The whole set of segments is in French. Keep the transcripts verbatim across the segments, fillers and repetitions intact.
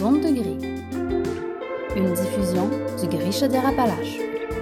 Zone de gris. Une diffusion du Gris Chaudière-Appalaches.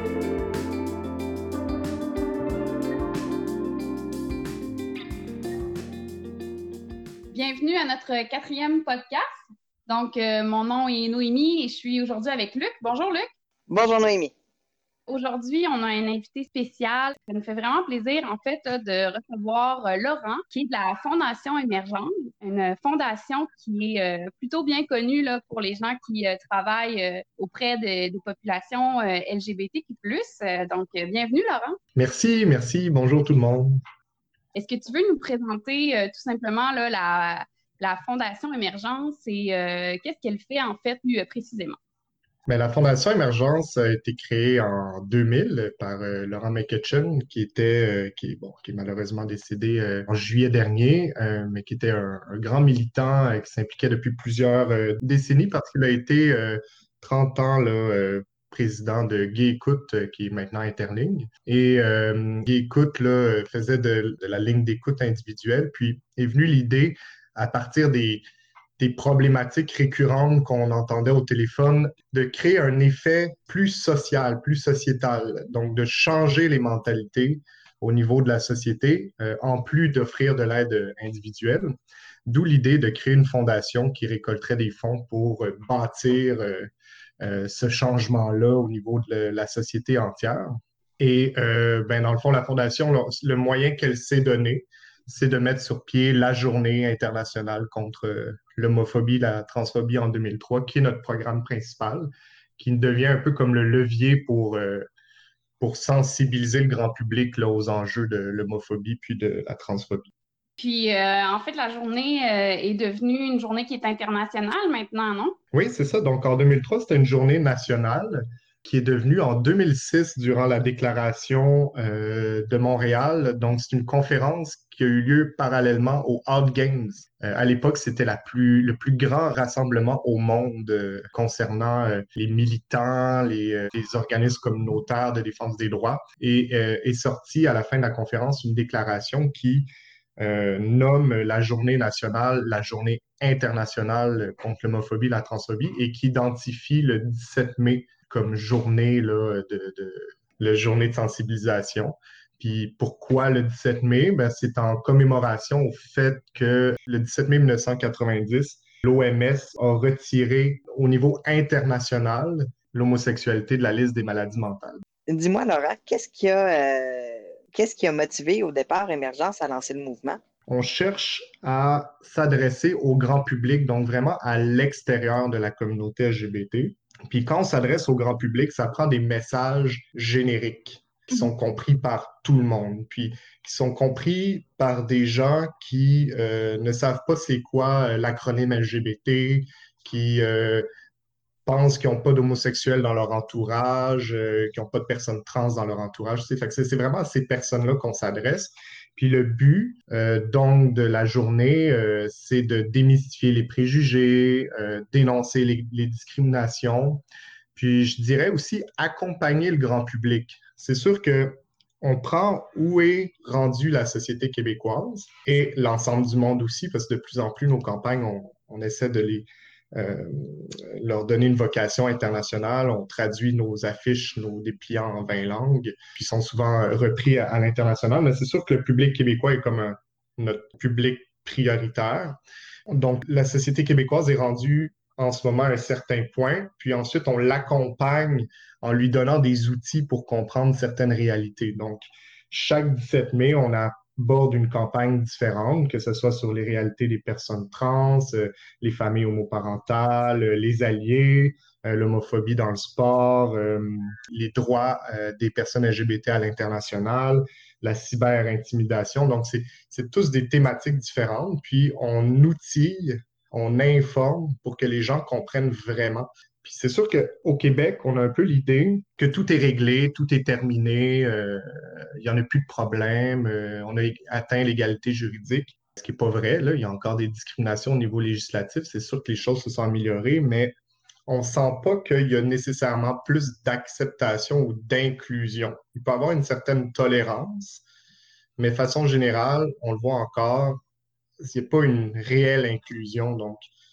Bienvenue à notre quatrième podcast. Donc, euh, mon nom est Noémie et je suis aujourd'hui avec Luc. Bonjour Luc. Bonjour Noémie. Aujourd'hui, on a un invité spécial. Ça nous fait vraiment plaisir, en fait, de recevoir euh, Laurent, qui est de la Fondation Émergente, une fondation qui est euh, plutôt bien connue là, pour les gens qui euh, travaillent euh, auprès de- des populations euh, L G B T Q plus. Euh, donc, euh, bienvenue Laurent. Merci, merci. Bonjour tout le monde. Est-ce que tu veux nous présenter euh, tout simplement là, la, la Fondation Émergence et euh, qu'est-ce qu'elle fait en fait plus euh, précisément? Ben, la Fondation Émergence a été créée en deux mille par euh, Laurent McEachin, qui était, euh, qui est, bon, qui est malheureusement décédé euh, en juillet dernier, euh, mais qui était un, un grand militant euh, qui s'impliquait depuis plusieurs euh, décennies parce qu'il a été euh, trente ans là, euh, président de Gay Écoute, euh, qui est maintenant Interligne. Et euh, Gay Écoute là, faisait de, de la ligne d'écoute individuelle, puis est venue l'idée à partir des des problématiques récurrentes qu'on entendait au téléphone, de créer un effet plus social, plus sociétal, donc de changer les mentalités au niveau de la société, euh, en plus d'offrir de l'aide individuelle. D'où l'idée de créer une fondation qui récolterait des fonds pour euh, bâtir euh, euh, ce changement-là au niveau de la, la société entière. Et euh, ben, dans le fond, la fondation, le, le moyen qu'elle s'est donné, c'est de mettre sur pied la journée internationale contre euh, l'homophobie, la transphobie en deux mille trois, qui est notre programme principal, qui devient un peu comme le levier pour, euh, pour sensibiliser le grand public là, aux enjeux de l'homophobie puis de la transphobie. Puis euh, en fait, la journée euh, est devenue une journée qui est internationale maintenant, non? Oui, c'est ça. Donc en deux mille trois, c'était une journée nationale qui est devenue en deux mille six, durant la déclaration euh, de Montréal. Donc, c'est une conférence qui a eu lieu parallèlement aux Out Games. Euh, à l'époque, c'était la plus, le plus grand rassemblement au monde euh, concernant euh, les militants, les, euh, les organismes communautaires de défense des droits. Et euh, est sortie à la fin de la conférence une déclaration qui euh, nomme la journée nationale, la journée internationale contre l'homophobie, la transphobie, et qui identifie le dix-sept mai comme journée là, de, de, la journée de sensibilisation. Puis pourquoi le dix-sept mai? Ben, c'est en commémoration au fait que le dix-sept mai mille neuf cent quatre-vingt-dix, l'O M S a retiré au niveau international l'homosexualité de la liste des maladies mentales. Dis-moi, Laurent, qu'est-ce qui a, euh, qu'est-ce qui a motivé au départ Émergence à lancer le mouvement? On cherche à s'adresser au grand public, donc vraiment à l'extérieur de la communauté L G B T. Puis quand on s'adresse au grand public, ça prend des messages génériques qui sont compris par tout le monde, puis qui sont compris par des gens qui euh, ne savent pas c'est quoi euh, l'acronyme L G B T, qui euh, pensent qu'ils n'ont pas d'homosexuels dans leur entourage, euh, qu'ils n'ont pas de personnes trans dans leur entourage. Fait que c'est, c'est vraiment à ces personnes-là qu'on s'adresse. Puis le but, euh, donc, de la journée, euh, c'est de démystifier les préjugés, euh, dénoncer les, les discriminations, puis je dirais aussi accompagner le grand public. C'est sûr que on prend où est rendue la société québécoise et l'ensemble du monde aussi, parce que de plus en plus, nos campagnes, on, on essaie de les, euh, leur donner une vocation internationale. On traduit nos affiches, nos dépliants en vingt langues, puis sont souvent repris à, à l'international. Mais c'est sûr que le public québécois est comme un, notre public prioritaire. Donc, la société québécoise est rendue en ce moment à un certain point, puis ensuite on l'accompagne en lui donnant des outils pour comprendre certaines réalités. Donc, chaque dix-sept mai, on aborde une campagne différente, que ce soit sur les réalités des personnes trans, euh, les familles homoparentales, euh, les alliés, euh, l'homophobie dans le sport, euh, les droits euh, des personnes L G B T à l'international, la cyber-intimidation. Donc, c'est, c'est tous des thématiques différentes, puis on outille, on informe pour que les gens comprennent vraiment. Puis c'est sûr qu'au Québec, on a un peu l'idée que tout est réglé, tout est terminé, euh, il n'y en a plus de problème, euh, on a atteint l'égalité juridique, ce qui n'est pas vrai. Là, il y a encore des discriminations au niveau législatif. C'est sûr que les choses se sont améliorées, mais on ne sent pas qu'il y a nécessairement plus d'acceptation ou d'inclusion. Il peut y avoir une certaine tolérance, mais de façon générale, on le voit encore, il n'y a pas une réelle inclusion. Donc,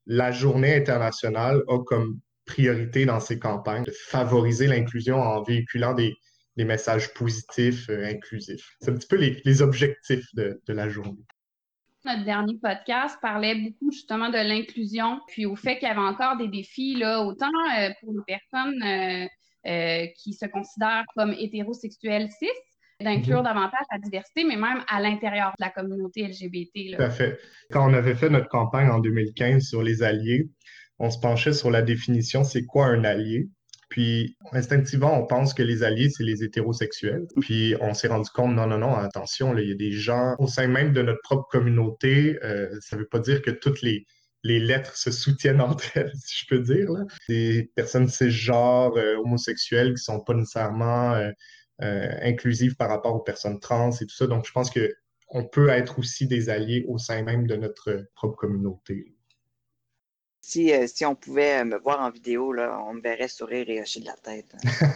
la Journée internationale a comme priorité dans ses campagnes de favoriser l'inclusion en véhiculant des, des messages positifs, euh, inclusifs. C'est un petit peu les, les objectifs de, de la journée. Notre dernier podcast parlait beaucoup justement de l'inclusion, puis au fait qu'il y avait encore des défis, là, autant euh, pour les personnes euh, euh, qui se considèrent comme hétérosexuels cis, d'inclure Mhm. davantage la diversité, mais même à l'intérieur de la communauté L G B T. Tout Là. à fait. Quand on avait fait notre campagne en deux mille quinze sur les alliés, on se penchait sur la définition, c'est quoi un allié? Puis, instinctivement, on pense que les alliés, c'est les hétérosexuels. Puis, on s'est rendu compte, non, non, non, attention, là, il y a des gens au sein même de notre propre communauté. Euh, ça ne veut pas dire que toutes les, les lettres se soutiennent entre elles, si je peux dire. Là. Des personnes cisgenres, euh, homosexuelles qui ne sont pas nécessairement euh, euh, inclusives par rapport aux personnes trans et tout ça. Donc, je pense que on peut être aussi des alliés au sein même de notre propre communauté. Si, euh, si on pouvait me voir en vidéo, là, on me verrait sourire et hocher de la tête.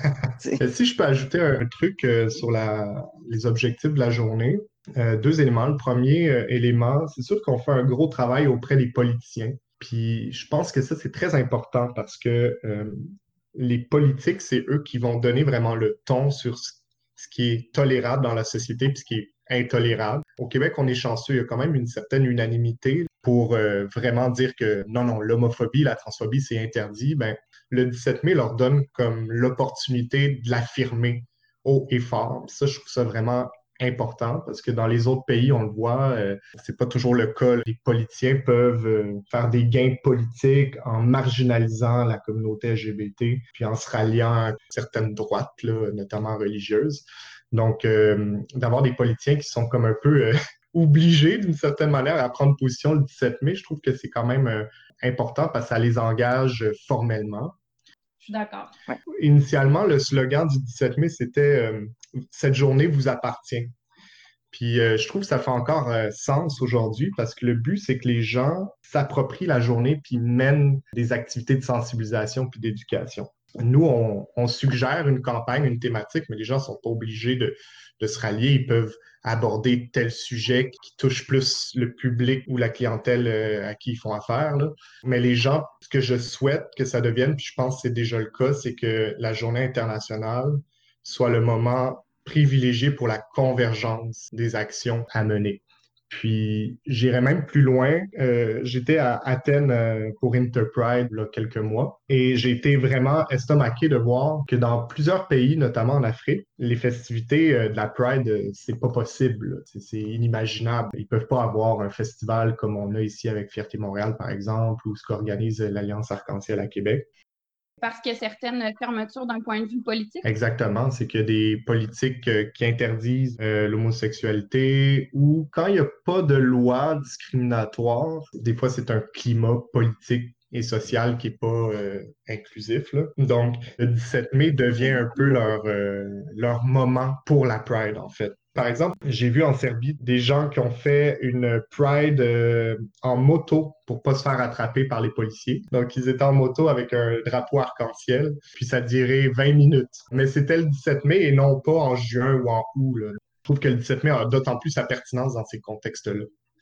Si je peux ajouter un truc euh, sur la, les objectifs de la journée, euh, deux éléments. Le premier euh, élément, c'est sûr qu'on fait un gros travail auprès des politiciens. Puis je pense que ça, c'est très important parce que euh, les politiques, c'est eux qui vont donner vraiment le ton sur ce, ce qui est tolérable dans la société puis ce qui est intolérable. Au Québec, on est chanceux, il y a quand même une certaine unanimité pour euh, vraiment dire que non, non, l'homophobie, la transphobie, c'est interdit. Ben, le dix-sept mai leur donne comme l'opportunité de l'affirmer haut et fort. Puis ça, je trouve ça vraiment important parce que dans les autres pays, on le voit, euh, c'est pas toujours le cas. Les politiciens peuvent euh, faire des gains politiques en marginalisant la communauté L G B T, puis en se ralliant à certaines droites, là, notamment religieuses. Donc, euh, d'avoir des politiciens qui sont comme un peu euh, obligés, d'une certaine manière, à prendre position le dix-sept mai, je trouve que c'est quand même euh, important parce que ça les engage euh, formellement. Je suis d'accord. Ouais. Initialement, le slogan du dix-sept mai, c'était euh, « Cette journée vous appartient ». Puis euh, je trouve que ça fait encore euh, sens aujourd'hui parce que le but, c'est que les gens s'approprient la journée puis mènent des activités de sensibilisation puis d'éducation. Nous, on, on suggère une campagne, une thématique, mais les gens ne sont pas obligés de, de se rallier. Ils peuvent aborder tel sujet qui touche plus le public ou la clientèle euh, à qui ils font affaire, là. Mais les gens, ce que je souhaite que ça devienne, puis je pense que c'est déjà le cas, c'est que la journée internationale soit le moment privilégié pour la convergence des actions à mener. Puis, j'irais même plus loin. Euh, j'étais à Athènes euh, pour Interpride il y a quelques mois et j'ai été vraiment estomaqué de voir que dans plusieurs pays, notamment en Afrique, les festivités euh, de la Pride, euh, c'est pas possible. C'est, c'est inimaginable. Ils peuvent pas avoir un festival comme on a ici avec Fierté Montréal, par exemple, ou ce qu'organise l'Alliance Arc-en-Ciel à Québec. Parce qu'il y a certaines fermetures d'un point de vue politique. Exactement, c'est qu'il y a des politiques euh, qui interdisent euh, l'homosexualité ou quand il n'y a pas de loi discriminatoire, des fois c'est un climat politique et social qui n'est pas euh, inclusif, là. Donc, le dix-sept mai devient un peu leur, euh, leur moment pour la Pride, en fait. Par exemple, j'ai vu en Serbie des gens qui ont fait une Pride euh, en moto pour pas se faire attraper par les policiers. Donc, ils étaient en moto avec un drapeau arc-en-ciel, puis ça durait vingt minutes. Mais c'était le dix-sept mai et non pas en juin ou en août, là. Je trouve que le dix-sept mai a d'autant plus sa pertinence dans ces contextes-là.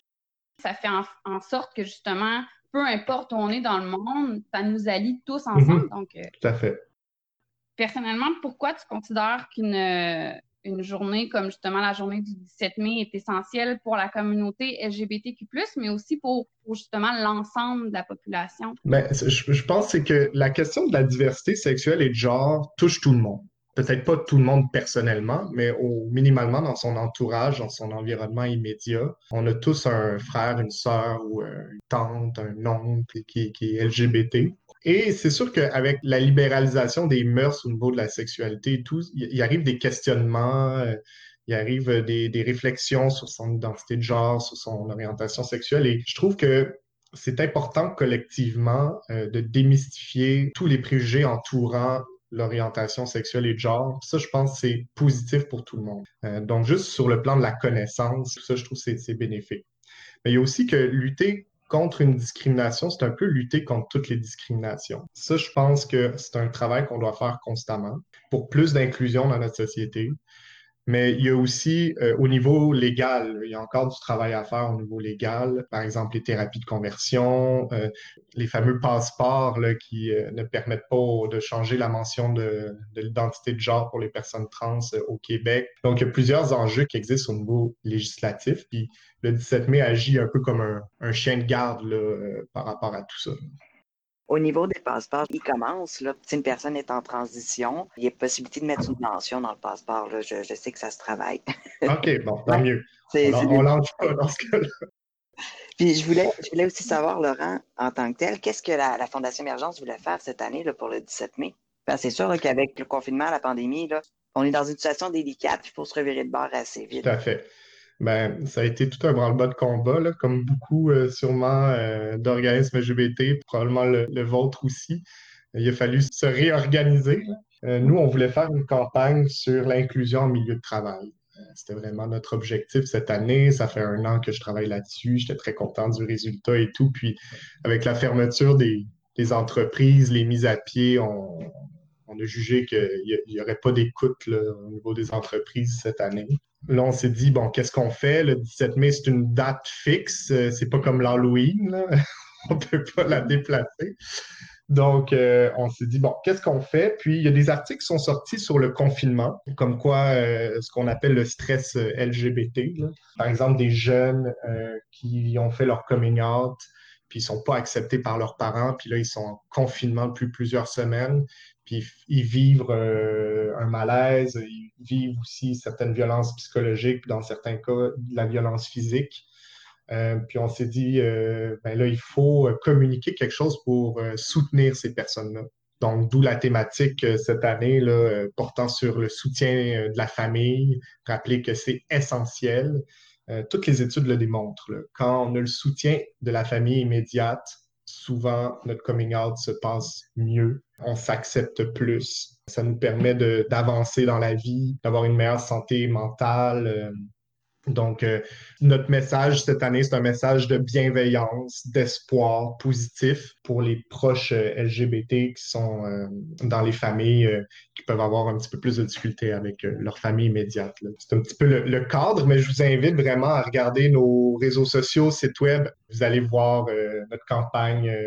Ça fait en, en sorte que justement, peu importe où on est dans le monde, ça nous allie tous ensemble. Mm-hmm. Donc, euh, tout à fait. Personnellement, pourquoi tu considères qu'une euh, une journée comme justement la journée du dix-sept mai est essentielle pour la communauté L G B T Q plus, mais aussi pour, pour justement l'ensemble de la population? Ben, je, je pense que c'est que la question de la diversité sexuelle et de genre touche tout le monde. Peut-être pas tout le monde personnellement, mais au, minimalement dans son entourage, dans son environnement immédiat. On a tous un frère, une sœur ou une tante, un oncle qui, qui est L G B T. Et c'est sûr qu'avec la libéralisation des mœurs au niveau de la sexualité et tout, il, il arrive des questionnements, euh, il arrive des, des réflexions sur son identité de genre, sur son orientation sexuelle. Et je trouve que c'est important collectivement euh, de démystifier tous les préjugés entourant l'orientation sexuelle et de genre. Ça, je pense que c'est positif pour tout le monde. Euh, donc, juste sur le plan de la connaissance, ça, je trouve que c'est, c'est bénéfique. Mais il y a aussi que lutter contre une discrimination, c'est un peu lutter contre toutes les discriminations. Ça, je pense que c'est un travail qu'on doit faire constamment pour plus d'inclusion dans notre société. Mais il y a aussi, euh, au niveau légal, il y a encore du travail à faire au niveau légal. Par exemple, les thérapies de conversion, euh, les fameux passeports là, qui euh, ne permettent pas de changer la mention de, de l'identité de genre pour les personnes trans euh, au Québec. Donc, il y a plusieurs enjeux qui existent au niveau législatif. Puis le dix-sept mai agit un peu comme un, un chien de garde là, euh, par rapport à tout ça. Au niveau des passeports, il commence, là, si une personne est en transition, il y a possibilité de mettre une mention dans le passeport. Là. Je, je sais que ça se travaille. OK, bon, tant Ouais, mieux. On, c'est, c'est on des- lâche pas dans ce cas-là. Puis je voulais, je voulais aussi savoir, Laurent, en tant que tel, qu'est-ce que la, la Fondation Émergence voulait faire cette année là, pour le dix-sept mai? Parce que c'est sûr là, qu'avec le confinement, la pandémie, là, on est dans une situation délicate, il faut se revirer de bord assez vite. Tout à fait. Ben, ça a été tout un branle-bas de combat, là, comme beaucoup euh, sûrement euh, d'organismes L G B T, probablement le, le vôtre aussi. Il a fallu se réorganiser. Là. Euh, nous, on voulait faire une campagne sur l'inclusion en milieu de travail. Euh, C'était vraiment notre objectif cette année. Ça fait un an que je travaille là-dessus. J'étais très content du résultat et tout. Puis, avec la fermeture des, des entreprises, les mises à pied, on, on a jugé qu'il n'y aurait pas d'écoute là, au niveau des entreprises cette année. Là, on s'est dit, bon, qu'est-ce qu'on fait? Le dix-sept mai, c'est une date fixe. Euh, C'est pas comme l'Halloween, là. On peut pas la déplacer. Donc, euh, on s'est dit, bon, qu'est-ce qu'on fait? Puis, il y a des articles qui sont sortis sur le confinement, comme quoi euh, ce qu'on appelle le stress euh, L G B T. Là. Par exemple, des jeunes euh, qui ont fait leur coming out, puis ils sont pas acceptés par leurs parents, puis là, ils sont en confinement depuis plusieurs semaines, puis ils vivent euh, un malaise, ils vivent aussi certaines violences psychologiques, puis dans certains cas, de la violence physique. Euh, puis on s'est dit, euh, ben là, il faut euh, communiquer quelque chose pour euh, soutenir ces personnes-là. Donc, d'où la thématique euh, cette année là, euh, portant sur le soutien euh, de la famille, rappeler que c'est essentiel. Euh, toutes les études le démontrent. Là. Quand on a le soutien de la famille immédiate, souvent notre coming out se passe mieux, on s'accepte plus. Ça nous permet de- d'avancer dans la vie, d'avoir une meilleure santé mentale. euh, donc, euh, notre message cette année, c'est un message de bienveillance, d'espoir positif pour les proches euh, L G B T qui sont euh, dans les familles euh, qui peuvent avoir un petit peu plus de difficultés avec euh, leur famille immédiate. là. C'est un petit peu le, le cadre, mais je vous invite vraiment à regarder nos réseaux sociaux, site web. Vous allez voir euh, notre campagne euh,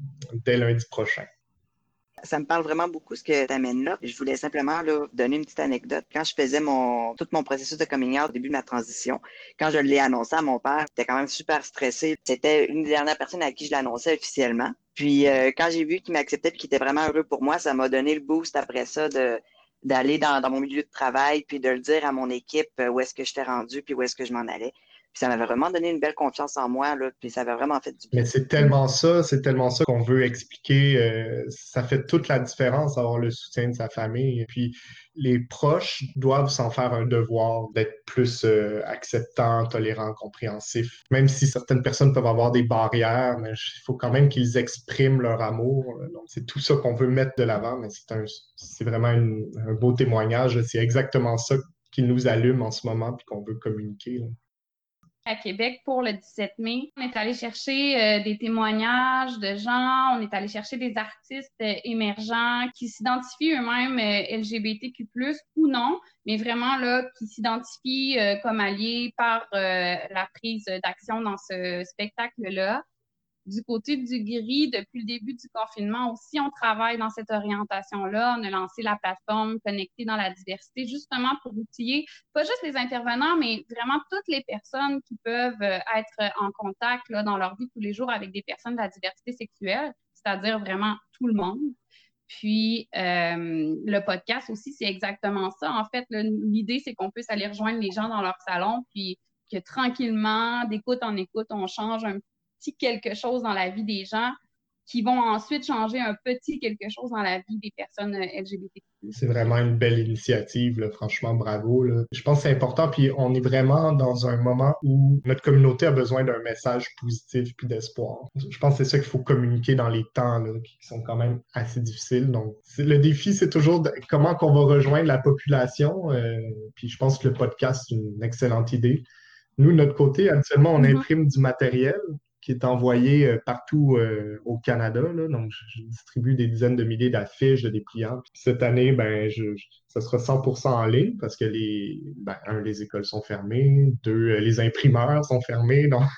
dès lundi prochain. Ça me parle vraiment beaucoup ce que tu amènes là. Je voulais simplement là, donner une petite anecdote. Quand je faisais mon tout mon processus de coming out au début de ma transition, quand je l'ai annoncé à mon père, j'étais quand même super stressé. C'était une des dernières personnes à qui je l'annonçais officiellement. Puis euh, quand j'ai vu qu'il m'acceptait et qu'il était vraiment heureux pour moi, ça m'a donné le boost après ça de d'aller dans, dans mon milieu de travail puis de le dire à mon équipe euh, où est-ce que j'étais rendu puis où est-ce que je m'en allais. Puis ça m'avait vraiment donné une belle confiance en moi là, puis ça avait vraiment fait du bien. Mais c'est tellement ça, c'est tellement ça qu'on veut expliquer. euh, ça fait toute la différence d'avoir le soutien de sa famille. Et puis, les proches doivent s'en faire un devoir d'être plus euh, acceptants, tolérants, compréhensifs. Même si certaines personnes peuvent avoir des barrières, mais il faut quand même qu'ils expriment leur amour. Donc, c'est tout ça qu'on veut mettre de l'avant, mais c'est un, c'est vraiment une- un beau témoignage. C'est exactement ça qui nous allume en ce moment puis qu'on veut communiquer. là. À Québec pour le dix-sept mai. On est allé chercher euh, des témoignages de gens, on est allé chercher des artistes euh, émergents qui s'identifient eux-mêmes euh, L G B T Q plus, ou non, mais vraiment là, qui s'identifient euh, comme alliés par euh, la prise d'action dans ce spectacle-là. Du côté du gris, depuis le début du confinement aussi, on travaille dans cette orientation-là. On a lancé la plateforme Connectée dans la diversité, justement pour outiller pas juste les intervenants, mais vraiment toutes les personnes qui peuvent euh, être en contact là, dans leur vie de tous les jours avec des personnes de la diversité sexuelle, c'est-à-dire vraiment tout le monde. Puis, euh, le podcast aussi, c'est exactement ça. En fait, là, l'idée, c'est qu'on puisse aller rejoindre les gens dans leur salon, puis que tranquillement, d'écoute en écoute, on change un petit quelque chose dans la vie des gens qui vont ensuite changer un petit quelque chose dans la vie des personnes L G B T Q. C'est vraiment une belle initiative, là. Franchement, bravo. Là. Je pense que c'est important, puis on est vraiment dans un moment où notre communauté a besoin d'un message positif puis d'espoir. Je pense que c'est ça qu'il faut communiquer dans les temps là, qui sont quand même assez difficiles. Donc, c'est- le défi, c'est toujours de- comment qu'on va rejoindre la population. euh, puis je pense que le podcast, c'est une excellente idée. Nous, de notre côté, actuellement, on Mhm. imprime du matériel qui est envoyé euh, partout euh, au Canada. Là. Donc, je, je distribue des dizaines de milliers d'affiches, de dépliants. Puis cette année, ben, je, je- ce sera cent pour cent en ligne parce que les, ben, un, les écoles sont fermées, deux, les imprimeurs sont fermés. Donc,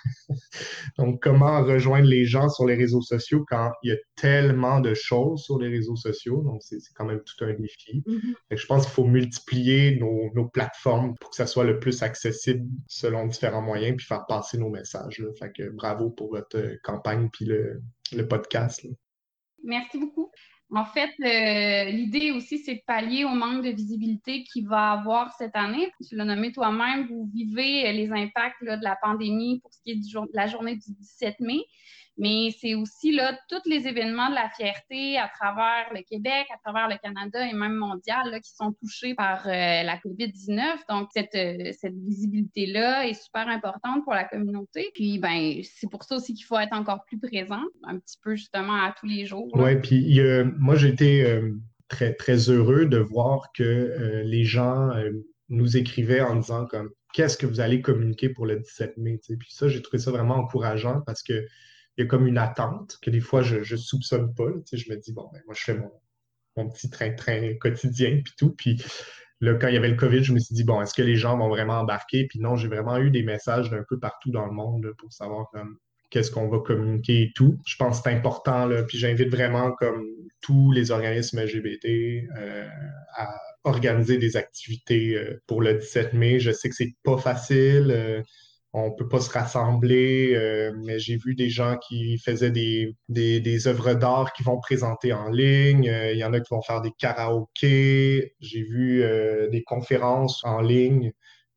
donc, comment rejoindre les gens sur les réseaux sociaux quand il y a tellement de choses sur les réseaux sociaux? Donc, c'est c'est quand même tout un défi. Mhm. Fait que je pense qu'il faut multiplier nos, nos plateformes pour que ça soit le plus accessible selon différents moyens puis faire passer nos messages, là. Fait que bravo pour votre euh, campagne puis le, le podcast, là. Merci beaucoup. En fait, euh, l'idée aussi, c'est de pallier au manque de visibilité qu'il va avoir cette année. Tu l'as nommé toi-même, vous vivez euh, les impacts là, de la pandémie pour ce qui est du jour, de la journée du dix-sept mai, mais c'est aussi là, tous les événements de la fierté à travers le Québec, à travers le Canada et même mondial là, qui sont touchés par euh, la covid dix-neuf. Donc, cette, euh, cette visibilité-là est super importante pour la communauté. Puis, ben, c'est pour ça aussi qu'il faut être encore plus présent, un petit peu justement à tous les jours, là. Ouais, puis il y a- moi, j'ai été euh, très, très heureux de voir que euh, les gens euh, nous écrivaient en disant comme qu'est-ce que vous allez communiquer pour le dix-sept mai, tu sais. Puis ça, j'ai trouvé ça vraiment encourageant parce que il y a comme une attente que des fois, je, je soupçonne pas, là. Tu sais, je me dis, bon, ben, moi, je fais mon, mon petit train-train quotidien, puis tout. Puis là, quand il y avait le COVID, je me suis dit, bon, est-ce que les gens vont vraiment embarquer? Puis non, j'ai vraiment eu des messages d'un peu partout dans le monde là, pour savoir comme qu'est-ce qu'on va communiquer et tout. Je pense que c'est important, là, puis j'invite vraiment comme tous les organismes L G B T euh, à organiser des activités euh, pour le dix-sept mai. Je sais que c'est pas facile, euh, on peut pas se rassembler, euh, mais j'ai vu des gens qui faisaient des, des, des œuvres d'art qui vont présenter en ligne. Euh, il y en a qui vont faire des karaokés. J'ai vu euh, des conférences en ligne.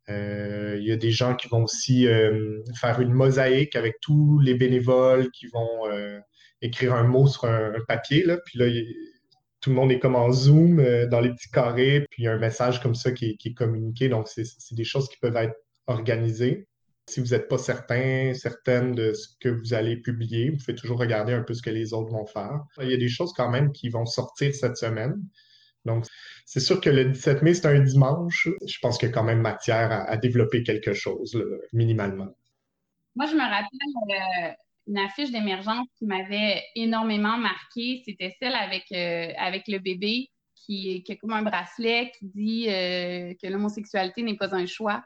Euh, il y a des gens qui vont aussi euh, faire une mosaïque avec tous les bénévoles qui vont euh, écrire un mot sur un, un papier, là. Puis là, il- tout le monde est comme en Zoom euh, dans les petits carrés, puis il y a un message comme ça qui est, qui est communiqué. Donc, c'est c'est des choses qui peuvent être organisées. Si vous n'êtes pas certain, certaine de ce que vous allez publier, vous pouvez toujours regarder un peu ce que les autres vont faire. Il y a des choses quand même qui vont sortir cette semaine. Donc, c'est sûr que le dix-sept mai, c'est un dimanche. Je pense qu'il y a quand même matière à, à développer quelque chose, là, minimalement. Moi, je me rappelle euh, une affiche d'émergence qui m'avait énormément marquée. C'était celle avec, euh, avec le bébé qui, qui a comme un bracelet qui dit euh, que l'homosexualité n'est pas un choix.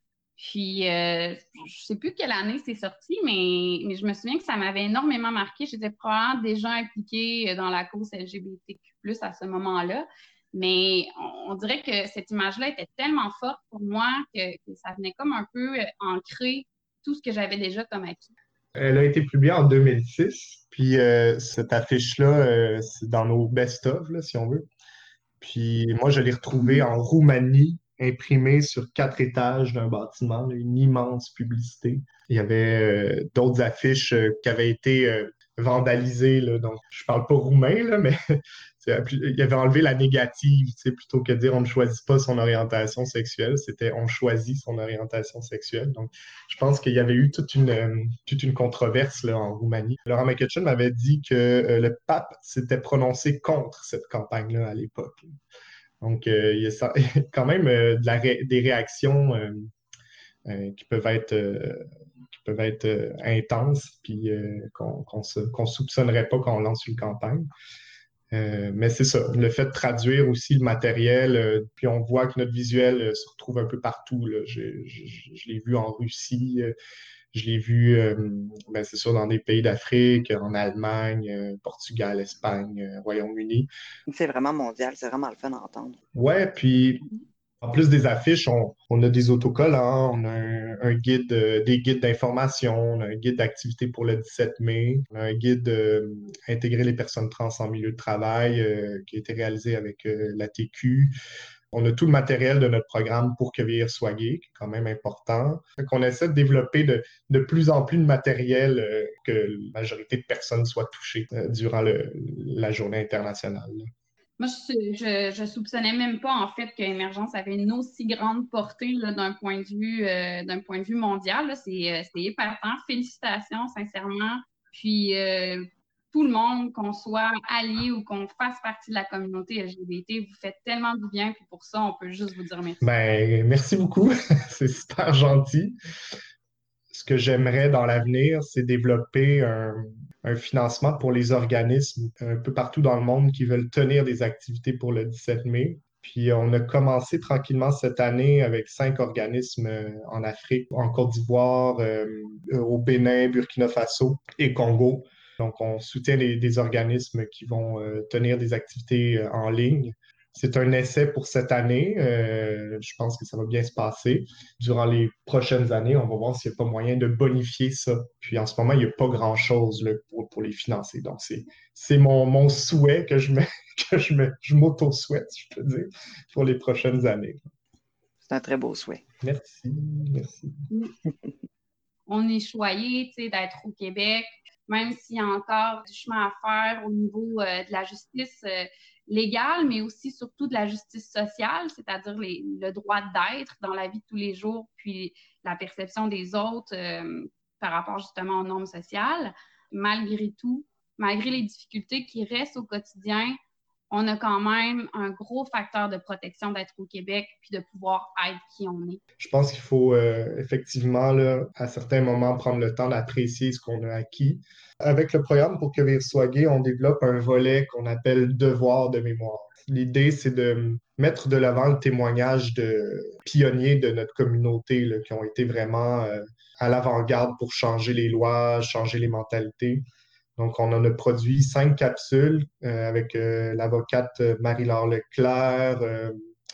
Puis, euh, je sais plus quelle année c'est sorti, mais, mais je me souviens que ça m'avait énormément marqué. J'étais probablement déjà impliquée dans la cause L G B T Q plus, à ce moment-là. Mais on, on dirait que cette image-là était tellement forte pour moi que, que ça venait comme un peu euh, ancrer tout ce que j'avais déjà comme acquis. Elle a été publiée en deux mille six, puis euh, cette affiche-là, euh, c'est dans nos best-of, là, si on veut. Puis moi, je l'ai retrouvée en Roumanie, imprimée sur quatre étages d'un bâtiment, là, une immense publicité. Il y avait euh, d'autres affiches euh, qui avaient été euh, vandalisées, là, donc je parle pas roumain, là, mais c'est- il avait enlevé la négative, tu sais, plutôt que de dire on ne choisit pas son orientation sexuelle, c'était on choisit son orientation sexuelle. Donc, je pense qu'il y avait eu toute une, euh, toute une controverse là, en Roumanie. Laurent McCutcheon m'avait dit que euh, le pape s'était prononcé contre cette campagne-là à l'époque. Donc, euh, il y a ça- quand même euh, de la ré- des réactions euh, euh, qui peuvent être, euh, qui peuvent être euh, intenses, puis euh, qu'on qu'on se- qu'on soupçonnerait pas quand on lance une campagne. Euh, mais c'est ça, le fait de traduire aussi le matériel, euh, puis on voit que notre visuel euh, se retrouve un peu partout, là. Je, je- je- je l'ai vu en Russie, euh, je l'ai vu, euh, ben, c'est sûr, dans des pays d'Afrique, en Allemagne, euh, Portugal, Espagne, euh, Royaume-Uni. C'est vraiment mondial, c'est vraiment le fun à entendre. Ouais, puis en plus des affiches, on, on a des autocollants, on a un, un guide, euh, des guides d'information, on a un guide d'activité pour le dix-sept mai, on a un guide euh, intégrer les personnes trans en milieu de travail euh, qui a été réalisé avec euh, la T Q. On a tout le matériel de notre programme pour que Vieillir soit gay, qui est quand même important. Fait qu'on essaie de développer de, de plus en plus de matériel euh, que la majorité de personnes soient touchées euh, durant le- la journée internationale, là. Moi, je, je, je soupçonnais même pas, en fait, que Émergence avait une aussi grande portée là, d'un point de vue, euh, d'un point de vue mondial, là. C'est, euh, c'est épatant. Félicitations, sincèrement. Puis, euh, tout le monde, qu'on soit allié ou qu'on fasse partie de la communauté L G B T, vous faites tellement du bien. Puis pour ça, on peut juste vous dire merci. Ben, merci beaucoup. C'est super gentil. Ce que j'aimerais dans l'avenir, c'est développer un, un financement pour les organismes un peu partout dans le monde qui veulent tenir des activités pour le dix-sept mai. Puis on a commencé tranquillement cette année avec cinq organismes euh, en Afrique, en Côte d'Ivoire, euh, au Bénin, Burkina Faso et Congo. Donc on soutient les- des organismes qui vont euh, tenir des activités euh, en ligne. C'est un essai pour cette année. Euh, je pense que ça va bien se passer. Durant les prochaines années, on va voir s'il n'y a pas moyen de bonifier ça. Puis en ce moment, il n'y a pas grand-chose là, pour, pour les financer. Donc c'est, c'est mon, mon souhait que je me, que je me, je m'auto-souhaite, si je peux dire, pour les prochaines années. C'est un très beau souhait. Merci, merci. On est choyé, tu sais, d'être au Québec, même s'il y a encore du chemin à faire au niveau euh, de la justice euh, légale, mais aussi surtout de la justice sociale, c'est-à-dire les- le droit d'être dans la vie de tous les jours, puis la perception des autres euh, par rapport justement aux normes sociales. Malgré tout, malgré les difficultés qui restent au quotidien, on a quand même un gros facteur de protection d'être au Québec puis de pouvoir être qui on est. Je pense qu'il faut euh, effectivement, là, à certains moments, prendre le temps d'apprécier ce qu'on a acquis. Avec le programme Pour que Rire soit gay, on développe un volet qu'on appelle devoir de mémoire. L'idée, c'est de mettre de l'avant le témoignage de pionniers de notre communauté là, qui ont été vraiment euh, à l'avant-garde pour changer les lois, changer les mentalités. Donc, on en a produit cinq capsules euh, avec euh, l'avocate Marie-Laure Leclerc, euh,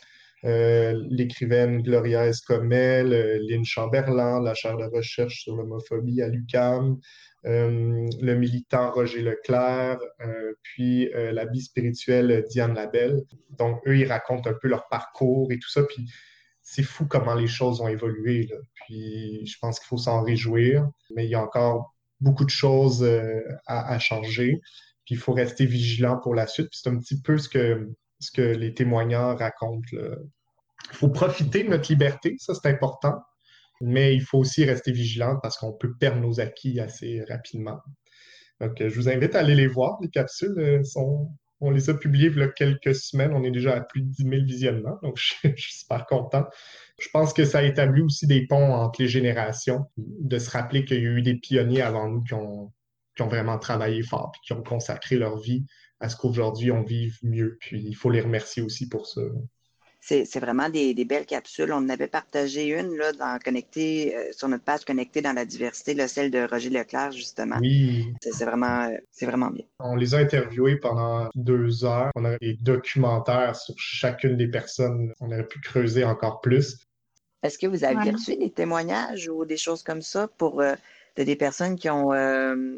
euh, l'écrivaine Gloria Escomel, euh, Lynn Chamberlain, la chaire de recherche sur l'homophobie à l'U Q A M, euh, le militant Roger Leclerc, euh, puis euh, la bispirituelle Diane Labelle. Donc, eux, ils racontent un peu leur parcours et tout ça, puis c'est fou comment les choses ont évolué, là. Puis je pense qu'il faut s'en réjouir, mais il y a encore beaucoup de choses euh, à, à changer. Puis il faut rester vigilant pour la suite. Puis c'est un petit peu ce que, ce que les témoignants racontent, là. Il faut profiter de notre liberté, ça c'est important, mais il faut aussi rester vigilant parce qu'on peut perdre nos acquis assez rapidement. Donc, euh, je vous invite à aller les voir. Les capsules euh, sont, on les a publiées il y a quelques semaines. On est déjà à plus de dix mille visionnements, donc je, je suis super content. Je pense que ça a établi aussi des ponts entre les générations, de se rappeler qu'il y a eu des pionniers avant nous qui ont, qui ont vraiment travaillé fort puis qui ont consacré leur vie à ce qu'aujourd'hui on vive mieux. Puis il faut les remercier aussi pour ça. C'est c'est vraiment des, des belles capsules. On en avait partagé une là, dans connecté, euh, sur notre page Connectée dans la diversité, là, celle de Roger Leclerc, justement. Oui, C'est c'est vraiment, euh, c'est vraiment bien. on les a interviewés pendant deux heures. On a des documentaires sur chacune des personnes. On aurait pu creuser encore plus. Est-ce que vous aviez Ouais. reçu des témoignages ou des choses comme ça pour euh, de des personnes qui ont euh,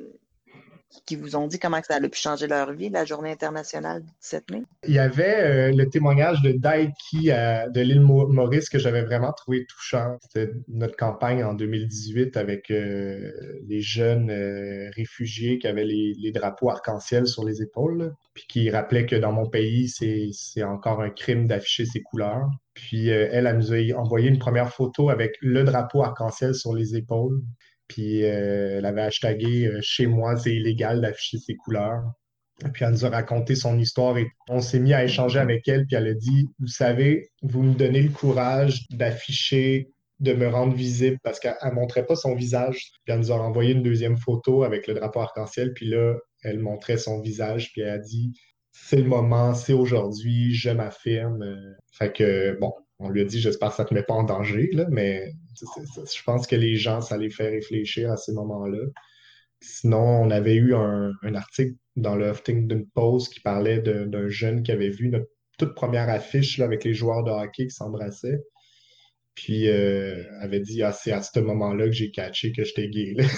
qui vous ont dit comment que ça a pu changer leur vie, la journée internationale du dix-sept mai? Il y avait euh, le témoignage de Daiki euh, de l'île Mo- Maurice que j'avais vraiment trouvé touchant. C'était notre campagne en deux mille dix-huit avec euh, les jeunes euh, réfugiés qui avaient les, les drapeaux arc-en-ciel sur les épaules, là, puis qui rappelaient que dans mon pays, c'est, c'est encore un crime d'afficher ses couleurs. Puis euh, elle, elle nous a envoyé une première photo avec le drapeau arc-en-ciel sur les épaules. Puis euh, elle avait hashtagué euh, chez moi, c'est illégal d'afficher ses couleurs. Puis elle nous a raconté son histoire et on s'est mis à échanger avec elle. Puis elle a dit, vous savez, vous me donnez le courage d'afficher, de me rendre visible parce qu'elle ne montrait pas son visage. Puis elle nous a envoyé une deuxième photo avec le drapeau arc-en-ciel. Puis là, elle montrait son visage. Puis elle a dit, c'est le moment, c'est aujourd'hui, je m'affirme. Euh, Fait que, bon, on lui a dit, j'espère que ça ne te met pas en danger, là, mais c'est- c'est- c'est- je pense que les gens, ça les fait réfléchir à ces moments-là. Sinon, on avait eu un, un article dans le Huffington Post qui parlait de- d'un jeune qui avait vu notre toute première affiche là, avec les joueurs de hockey qui s'embrassaient. Puis euh, avait dit, ah, c'est à ce moment-là que j'ai catché que j'étais gay, là.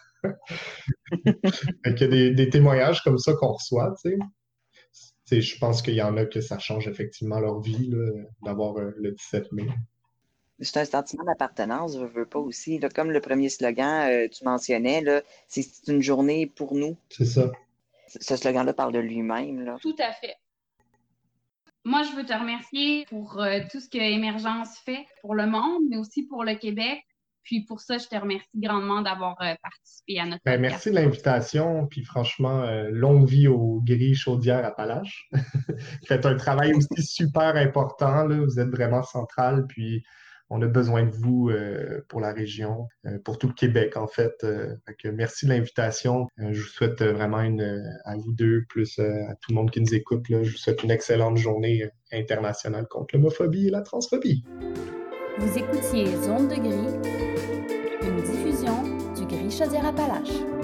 Fait qu'il y a des, des témoignages comme ça qu'on reçoit, tu sais. Tu sais, je pense qu'il y en a que ça change effectivement leur vie, là, d'avoir euh, le dix-sept mai. C'est un sentiment d'appartenance, je veux pas aussi. Là, comme le premier slogan, euh, tu mentionnais, là, c'est c'est une journée pour nous. C'est ça. Ce slogan-là parle de lui-même, là. Tout à fait. Moi, je veux te remercier pour euh, tout ce que Émergence fait pour le monde, mais aussi pour le Québec. Puis pour ça, je te remercie grandement d'avoir euh, participé à notre Ben, podcast. merci de l'invitation, puis franchement, euh, longue vie aux grilles chaudières Appalaches. Vous faites un travail aussi super important, là. Vous êtes vraiment central, puis on a besoin de vous euh, pour la région, euh, pour tout le Québec, en fait. Euh, fait que merci de l'invitation. Euh, je vous souhaite vraiment une, à vous deux, plus euh, à tout le monde qui nous écoute, là, je vous souhaite une excellente journée internationale contre l'homophobie et la transphobie. Vous écoutiez Zone de gris, une diffusion du Gris Chaudière-Appalaches.